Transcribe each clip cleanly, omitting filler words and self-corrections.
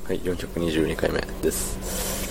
はい、422回目です。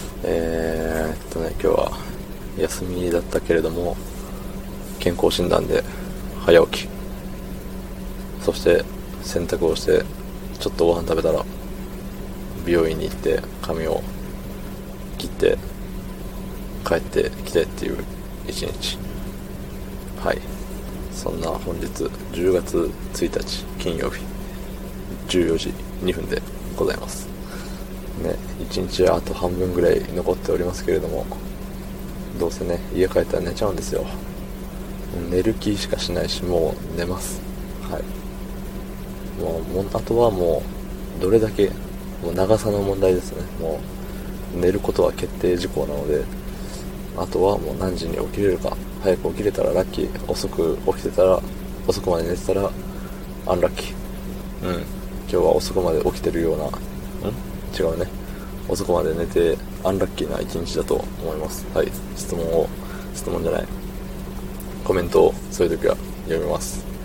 今日は休みだったけれども、健康診断で早起き、そして洗濯をして、ちょっとご飯食べたら、美容院に行って髪を切って帰ってきてっていう一日。はい。そんな本日10月1日金曜日14時2分でございます。ね、一日あと半分ぐらい残っておりますけれども、どうせね、家帰ったら寝ちゃうんですよ。寝る気しかしないし、もう寝ます。はい。もうあとはもうどれだけ、もう長さの問題ですね。もう寝ることは決定事項なので、あとはもう何時に起きれるか。早く起きれたらラッキー、遅く起きてたら、遅くまで寝てたらアンラッキー。今日は遅くまで起きてるような、違うね、遅くまで寝てアンラッキーな一日だと思います。はい。質問じゃない、コメントをそういう時は読みます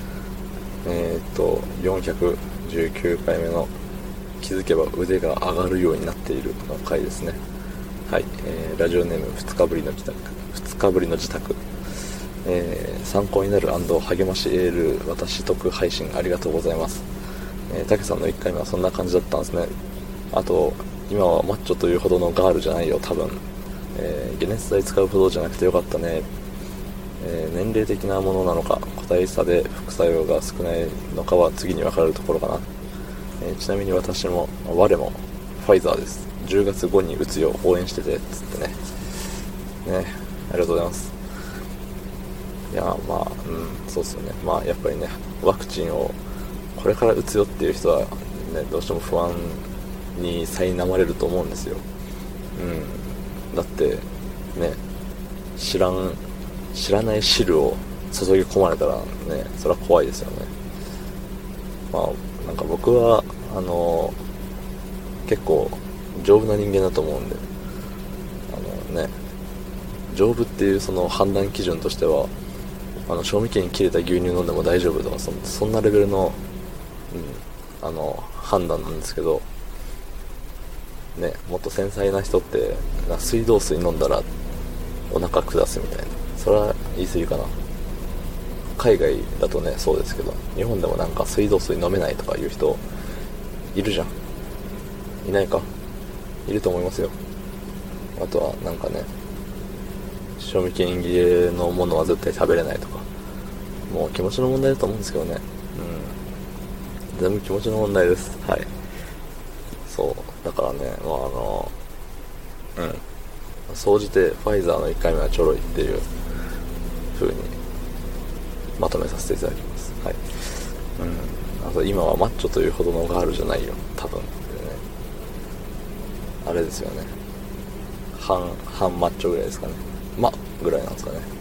。419回目の気づけば腕が上がるようになっているの回ですね。はい。ラジオネーム2日ぶりの自宅、参考になる励ましエール私得配信ありがとうございます。たけさんの1回目はそんな感じだったんですね。あと、今はマッチョというほどのガールじゃないよ多分。解熱剤使うほどじゃなくてよかったね。年齢的なものなのか個体差で副作用が少ないのかは次に分かるところかな。ちなみに我もファイザーです。10月後に打つよう応援しててつってね。ありがとうございます。いや、そうっすよね。やっぱりね、ワクチンをこれから打つよっていう人はね、どうしても不安に苛まれると思うんですよ。だってね、知らない汁を注ぎ込まれたらね、それは怖いですよね。なんか僕は結構丈夫な人間だと思うんで、丈夫っていうその判断基準としては、賞味期限切れた牛乳飲んでも大丈夫とか、そんなレベルの、判断なんですけどね。もっと繊細な人って水道水飲んだらお腹下すみたいな、それは言い過ぎかな。海外だとねそうですけど、日本でもなんか水道水飲めないとかいう人いるじゃん。いないか、いると思いますよ。あとはなんかね、賞味期限切れのものは絶対食べれないとか、もう気持ちの問題だと思うんですけどね。全部気持ちの問題です。はい。そうだからね、総じてファイザーの1回目はちょろいっていう風にまとめさせていただきます。はい。あと今はマッチョというほどのガールじゃないよ多分、あれですよね、半マッチョぐらいですかね。ぐらいなんですかね。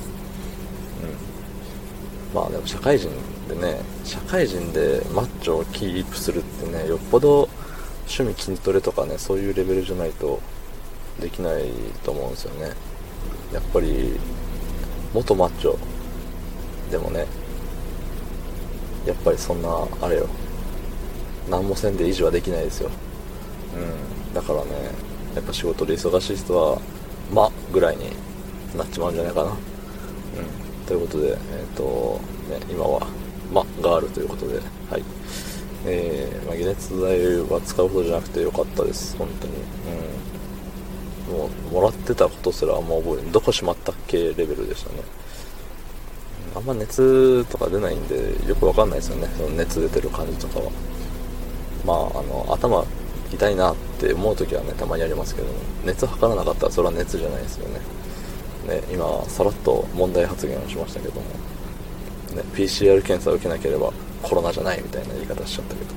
でも社会人でマッチョをキープするってね、よっぽど趣味筋トレとかね、そういうレベルじゃないとできないと思うんですよね。やっぱり元マッチョでもね、やっぱりそんなあれよ、何もせんで維持はできないですよ。だからね、やっぱ仕事で忙しい人はぐらいになっちまうんじゃないかな。ということで、今はガールということで、はい。解熱剤は使うほどじゃなくてよかったです、本当に。もうもらってたことすらもう覚え、どこしまったっけレベルでしたね。あんま熱とか出ないんでよくわかんないですよね、その熱出てる感じとかは。頭痛いなって思う時はね、たまにありますけど、熱測らなかったらそれは熱じゃないですよね。今さらっと問題発言をしましたけども、PCR 検査を受けなければコロナじゃないみたいな言い方しちゃったけ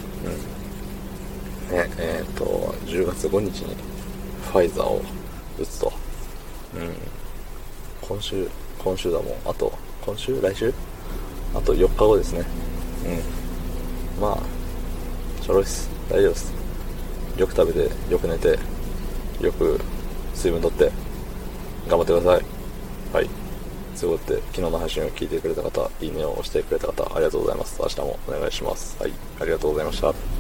ど、10月5日にファイザーを打つと。今週だもん。来週あと4日後ですね。ちょろいっす。大丈夫っす。よく食べて、よく寝て、よく水分とって頑張ってください。はい。そういうことで、昨日の配信を聞いてくれた方、いいねを押してくれた方、ありがとうございます。明日もお願いします。はい。ありがとうございました。